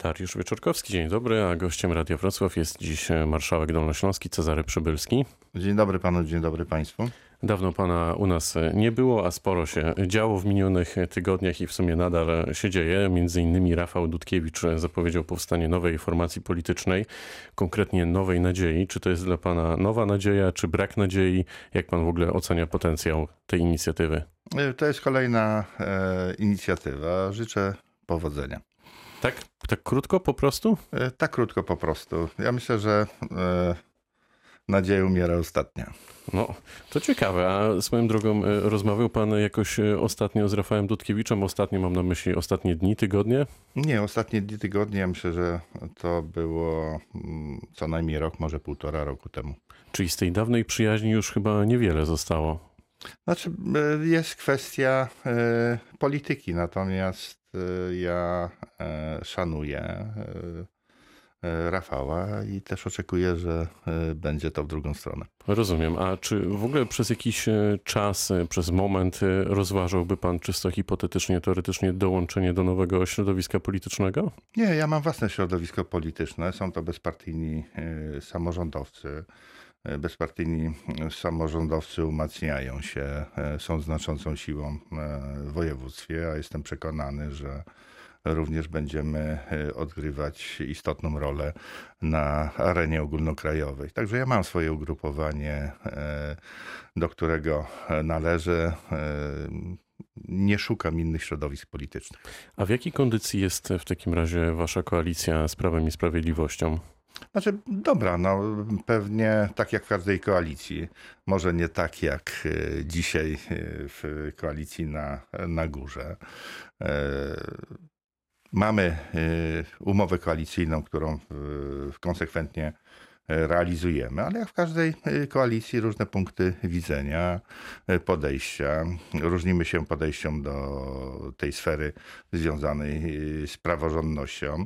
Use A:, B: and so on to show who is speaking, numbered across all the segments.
A: Dariusz Wieczorkowski, dzień dobry, a gościem Radia Wrocław jest dziś marszałek dolnośląski Cezary Przybylski.
B: Dzień dobry panu, dzień dobry państwu.
A: Dawno pana u nas nie było, a sporo się działo w minionych tygodniach i w sumie nadal się dzieje. Między innymi Rafał Dudkiewicz zapowiedział powstanie nowej formacji politycznej, konkretnie Nowej Nadziei. Czy to jest dla pana nowa nadzieja, czy brak nadziei? Jak pan w ogóle ocenia potencjał tej inicjatywy?
B: To jest kolejna inicjatywa. Życzę powodzenia.
A: Tak krótko po prostu?
B: Tak krótko po prostu. Ja myślę, że nadzieja umiera ostatnia.
A: No, to ciekawe. A swoją drogą rozmawiał pan jakoś ostatnio z Rafałem Dudkiewiczem? Ostatnio mam na myśli ostatnie dni, tygodnie?
B: Nie, ostatnie dni, tygodnie. Ja myślę, że to było co najmniej rok, może 1,5 roku temu.
A: Czyli z tej dawnej przyjaźni już chyba niewiele zostało.
B: Znaczy, jest kwestia polityki, natomiast ja szanuję Rafała i też oczekuję, że będzie to w drugą stronę.
A: Rozumiem. A czy w ogóle przez jakiś czas, przez moment rozważałby pan czysto hipotetycznie, teoretycznie dołączenie do nowego środowiska politycznego?
B: Nie, ja mam własne środowisko polityczne. Są to bezpartyjni samorządowcy. Bezpartyjni samorządowcy umacniają się, są znaczącą siłą w województwie, a jestem przekonany, że również będziemy odgrywać istotną rolę na arenie ogólnokrajowej. Także ja mam swoje ugrupowanie, do którego należę. Nie szukam innych środowisk politycznych.
A: A w jakiej kondycji jest w takim razie wasza koalicja z Prawem i Sprawiedliwością?
B: Znaczy, dobra, no pewnie tak jak w każdej koalicji. Może nie tak jak dzisiaj w koalicji na górze. Mamy umowę koalicyjną, którą konsekwentnie realizujemy, ale jak w każdej koalicji różne punkty widzenia, podejścia. Różnimy się podejściem do tej sfery związanej z praworządnością.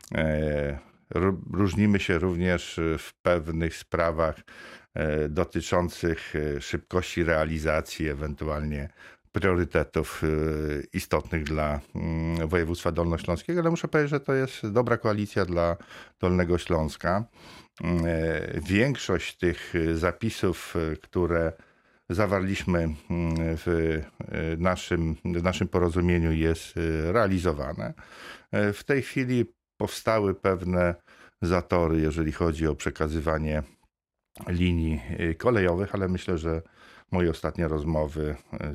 B: Różnimy się również w pewnych sprawach dotyczących szybkości realizacji, ewentualnie priorytetów istotnych dla województwa dolnośląskiego, ale muszę powiedzieć, że to jest dobra koalicja dla Dolnego Śląska. Większość tych zapisów, które zawarliśmy w naszym porozumieniu, jest realizowane. W tej chwili powstały pewne zatory, jeżeli chodzi o przekazywanie linii kolejowych, ale myślę, że moje ostatnie rozmowy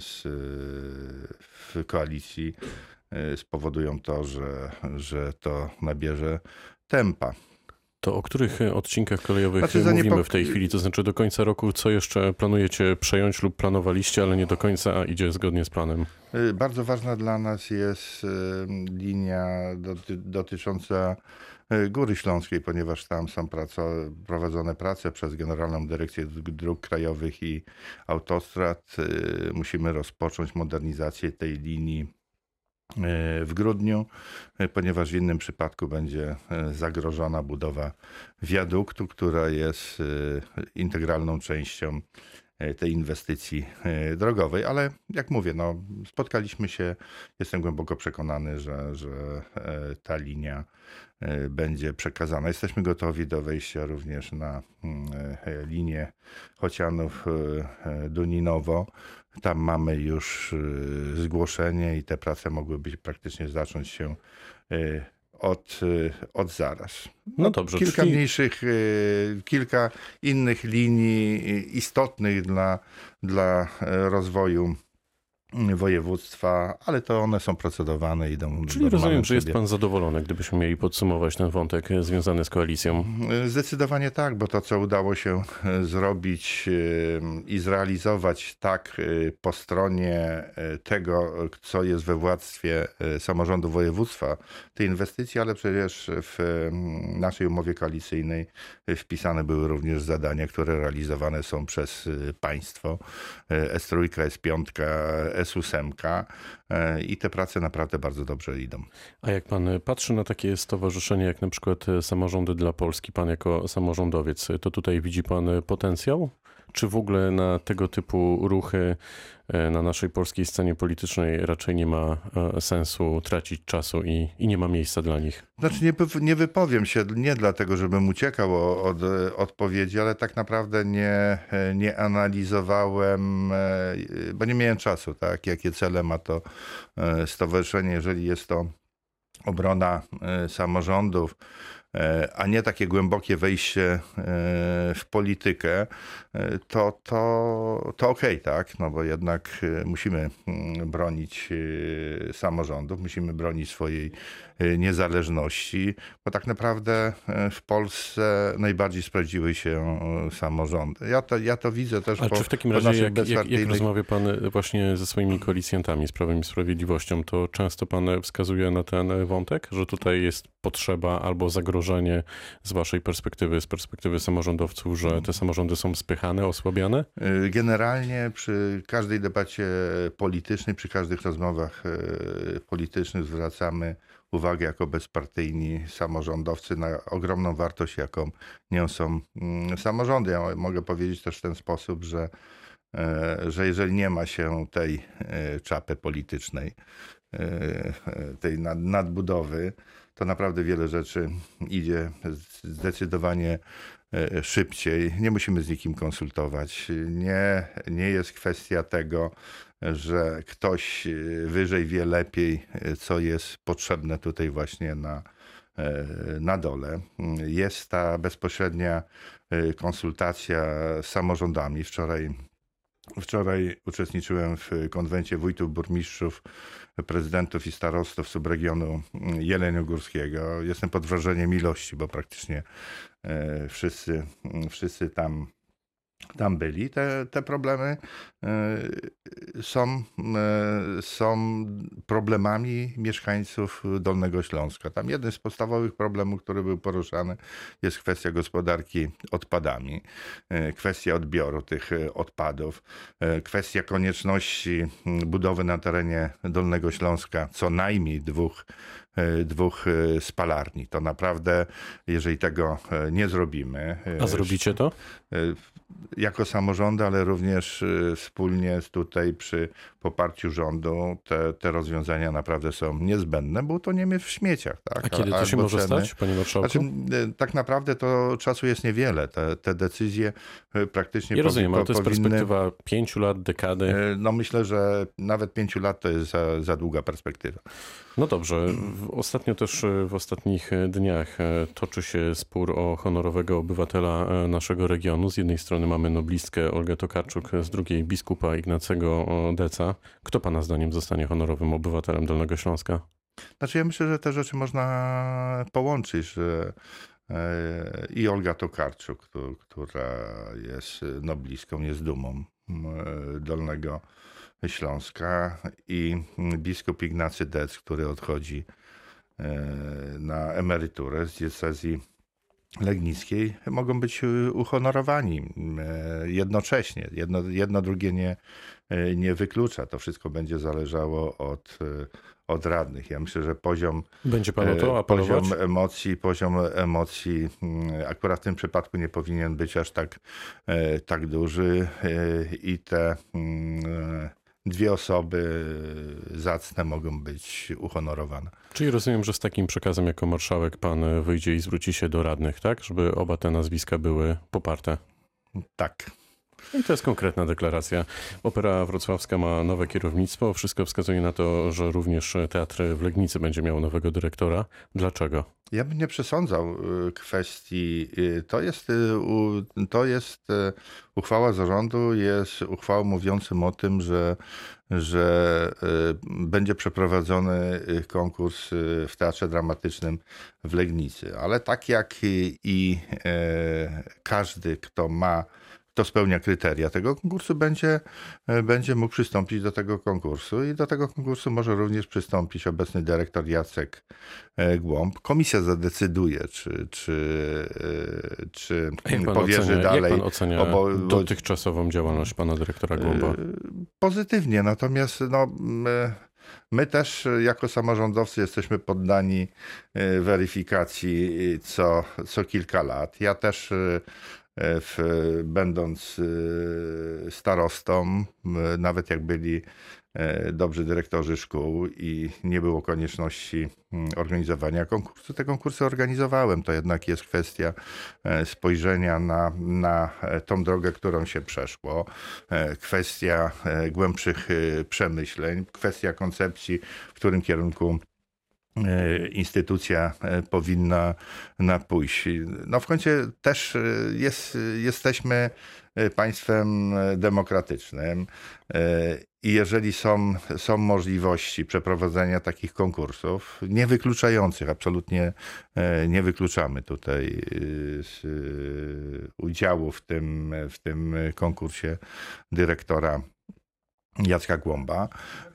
B: w koalicji spowodują to, że to nabierze tempa.
A: To o których odcinkach kolejowych mówimy w tej chwili? To znaczy do końca roku, co jeszcze planujecie przejąć lub planowaliście, ale nie do końca, a idzie zgodnie z planem?
B: Bardzo ważna dla nas jest linia dotycząca Góry Śląskiej, ponieważ tam są prowadzone prace przez Generalną Dyrekcję Dróg Krajowych i Autostrad. Musimy rozpocząć modernizację tej linii w grudniu, ponieważ w innym przypadku będzie zagrożona budowa wiaduktu, która jest integralną częścią tej inwestycji drogowej, ale jak mówię, no, spotkaliśmy się, jestem głęboko przekonany, że ta linia będzie przekazana. Jesteśmy gotowi do wejścia również na linię Chocianów-Duninowo. Tam mamy już zgłoszenie i te prace mogłyby praktycznie zacząć się od zaraz.
A: No dobrze.
B: Kilka mniejszych, kilka innych linii istotnych dla rozwoju województwa, ale to one są procedowane, idą.
A: Czyli rozumiem, że jest pan zadowolony, gdybyśmy mieli podsumować ten wątek związany z koalicją?
B: Zdecydowanie tak, bo to, co udało się zrobić i zrealizować tak po stronie tego, co jest we władztwie samorządu województwa, tej inwestycji, ale przecież w naszej umowie koalicyjnej wpisane były również zadania, które realizowane są przez państwo. S3, S5, S8 i te prace naprawdę bardzo dobrze idą.
A: A jak pan patrzy na takie stowarzyszenie jak na przykład Samorządy dla Polski, pan jako samorządowiec, to tutaj widzi pan potencjał? Czy w ogóle na tego typu ruchy na naszej polskiej scenie politycznej raczej nie ma sensu tracić czasu i nie ma miejsca dla nich?
B: Znaczy nie wypowiem się, nie dlatego, żebym uciekał od odpowiedzi, ale tak naprawdę nie analizowałem, bo nie miałem czasu, tak? Jakie cele ma to stowarzyszenie, jeżeli jest to obrona samorządów, a nie takie głębokie wejście w politykę, to okej, tak? No bo jednak musimy bronić samorządów, musimy bronić swojej niezależności, bo tak naprawdę w Polsce najbardziej sprawdziły się samorządy. Ja to widzę też
A: A
B: po,
A: czy w takim
B: po
A: razie,
B: naszych
A: jak
B: bezpartyjnych...
A: rozmawia pan właśnie ze swoimi koalicjantami z Prawem i Sprawiedliwością, to często pan wskazuje na ten wątek, że tutaj jest potrzeba albo zagrożenie z waszej perspektywy, z perspektywy samorządowców, że te samorządy są spychane, osłabiane?
B: Generalnie przy każdej debacie politycznej, przy każdych rozmowach politycznych zwracamy uwagę jako bezpartyjni samorządowcy na ogromną wartość, jaką niosą samorządy. Ja mogę powiedzieć też w ten sposób, że jeżeli nie ma się tej czapy politycznej, tej nadbudowy, to naprawdę wiele rzeczy idzie zdecydowanie szybciej. Nie musimy z nikim konsultować. Nie jest kwestia tego, że ktoś wyżej wie lepiej, co jest potrzebne tutaj właśnie na dole. Jest ta bezpośrednia konsultacja z samorządami. Wczoraj uczestniczyłem w konwencie wójtów, burmistrzów, prezydentów i starostów subregionu jeleniogórskiego. Jestem pod wrażeniem ilości, bo praktycznie wszyscy tam byli. Te problemy są problemami mieszkańców Dolnego Śląska. Tam jednym z podstawowych problemów, który był poruszany, jest kwestia gospodarki odpadami, kwestia odbioru tych odpadów, kwestia konieczności budowy na terenie Dolnego Śląska co najmniej dwóch spalarni. To naprawdę, jeżeli tego nie zrobimy...
A: A zrobicie to?
B: Jako samorządy, ale również wspólnie tutaj przy poparciu rządu te rozwiązania naprawdę są niezbędne, bo utoniemy w śmieciach. Tak?
A: A kiedy to się może stać, panie marszałku?
B: Znaczy, tak naprawdę to czasu jest niewiele. Te decyzje praktycznie
A: Ja rozumiem, ale to jest
B: powinny...
A: perspektywa 5 lat, dekady.
B: No myślę, że nawet 5 lat to jest za długa perspektywa.
A: No dobrze. Ostatnio też w ostatnich dniach toczy się spór o honorowego obywatela naszego regionu. Z jednej strony mamy noblistkę Olgę Tokarczuk, z drugiej biskupa Ignacego Deca. Kto pana zdaniem zostanie honorowym obywatelem Dolnego Śląska?
B: Znaczy ja myślę, że te rzeczy można połączyć, że i Olga Tokarczuk, która jest noblistką, jest dumą Dolnego Śląska, i biskup Ignacy Dec, który odchodzi na emeryturę z diecezji legnickiej, mogą być uhonorowani jednocześnie. Jedno drugie nie wyklucza. To wszystko będzie zależało od radnych. Ja myślę, że
A: Będzie pan o to apelować?
B: poziom emocji akurat w tym przypadku nie powinien być aż tak duży i te dwie osoby zacne mogą być uhonorowane.
A: Czyli rozumiem, że z takim przekazem jako marszałek pan wyjdzie i zwróci się do radnych, tak? Żeby oba te nazwiska były poparte.
B: Tak.
A: I to jest konkretna deklaracja. Opera Wrocławska ma nowe kierownictwo. Wszystko wskazuje na to, że również teatr w Legnicy będzie miał nowego dyrektora. Dlaczego?
B: Ja bym nie przesądzał kwestii. To jest uchwała zarządu, jest uchwałą mówiącym o tym, że będzie przeprowadzony konkurs w Teatrze Dramatycznym w Legnicy. Ale tak jak i każdy, kto spełnia kryteria tego konkursu, będzie mógł przystąpić do tego konkursu i do tego konkursu może również przystąpić obecny dyrektor Jacek Głąb. Komisja zadecyduje, czy powierzy dalej.
A: Jak pan ocenia dotychczasową działalność pana dyrektora Głąba?
B: Pozytywnie, natomiast my też jako samorządowcy jesteśmy poddani weryfikacji co kilka lat. Ja też będąc starostą, nawet jak byli dobrzy dyrektorzy szkół i nie było konieczności organizowania konkursu, te konkursy organizowałem. To jednak jest kwestia spojrzenia na tą drogę, którą się przeszło, kwestia głębszych przemyśleń, kwestia koncepcji, w którym kierunku instytucja powinna pójść. No w końcu też jesteśmy państwem demokratycznym i jeżeli są możliwości przeprowadzenia takich konkursów, niewykluczających, absolutnie nie wykluczamy tutaj udziału w tym konkursie dyrektora Jacka Głąba,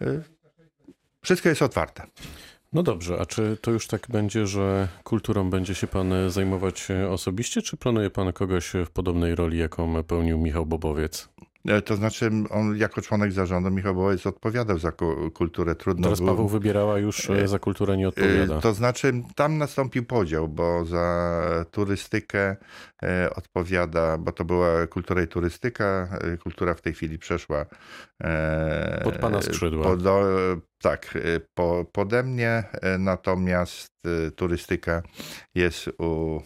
B: wszystko jest otwarte.
A: No dobrze, a czy to już tak będzie, że kulturą będzie się pan zajmować osobiście, czy planuje pan kogoś w podobnej roli, jaką pełnił Michał Bobowiec?
B: To znaczy, on jako członek zarządu, Michał Bobowiec, odpowiadał za kulturę. Trudno
A: Teraz
B: było.
A: Paweł Wybierała już za kulturę nie odpowiada.
B: To znaczy, tam nastąpił podział, bo za turystykę odpowiada, bo to była kultura i turystyka. Kultura w tej chwili przeszła
A: Pod pana skrzydła.
B: Tak, pode mnie, natomiast turystyka jest u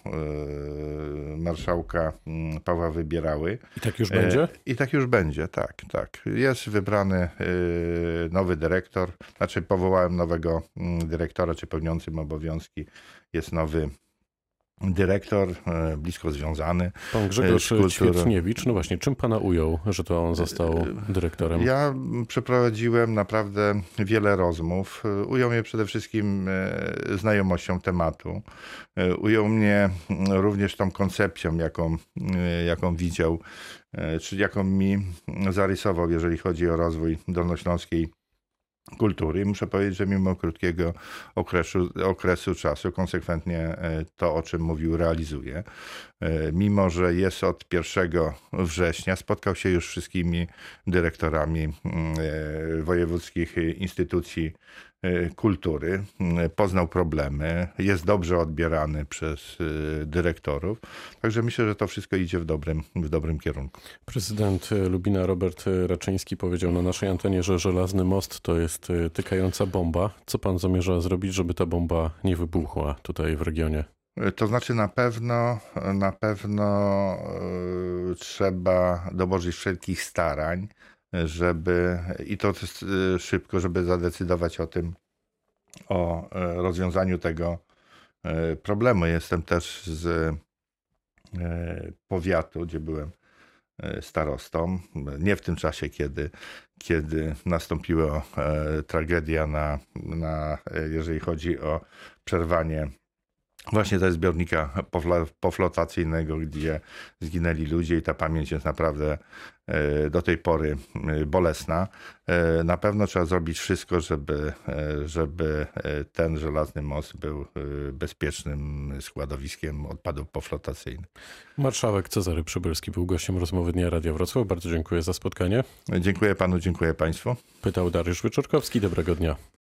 B: marszałka Pawła Wybierały.
A: I tak już będzie?
B: I tak już będzie, tak. Jest wybrany nowy dyrektor, znaczy powołałem nowego dyrektora, czy pełniącym obowiązki jest nowy dyrektor, blisko związany.
A: Pan Grzegorz Ćwiertniewicz, no właśnie, czym pana ujął, że to on został dyrektorem?
B: Ja przeprowadziłem naprawdę wiele rozmów. Ujął mnie przede wszystkim znajomością tematu. Ujął mnie również tą koncepcją, jaką widział, czy jaką mi zarysował, jeżeli chodzi o rozwój dolnośląskiej kultury. I muszę powiedzieć, że mimo krótkiego okresu czasu konsekwentnie to, o czym mówił, realizuje. Mimo że jest od 1 września, spotkał się już z wszystkimi dyrektorami wojewódzkich instytucji kultury, poznał problemy, jest dobrze odbierany przez dyrektorów. Także myślę, że to wszystko idzie w dobrym kierunku.
A: Prezydent Lubina Robert Raczyński powiedział na naszej antenie, że Żelazny Most to jest tykająca bomba. Co pan zamierza zrobić, żeby ta bomba nie wybuchła tutaj w regionie?
B: To znaczy na pewno trzeba dołożyć wszelkich starań, i to jest szybko, żeby zadecydować o rozwiązaniu tego problemu. Jestem też z powiatu, gdzie byłem starostą. Nie w tym czasie, kiedy nastąpiła tragedia jeżeli chodzi o przerwanie właśnie tego zbiornika poflotacyjnego, gdzie zginęli ludzie i ta pamięć jest naprawdę do tej pory bolesna. Na pewno trzeba zrobić wszystko, żeby ten Żelazny Most był bezpiecznym składowiskiem odpadów poflotacyjnych.
A: Marszałek Cezary Przybylski był gościem rozmowy Dnia Radia Wrocław. Bardzo dziękuję za spotkanie.
B: Dziękuję panu, dziękuję państwu.
A: Pytał Dariusz Wyczorkowski. Dobrego dnia.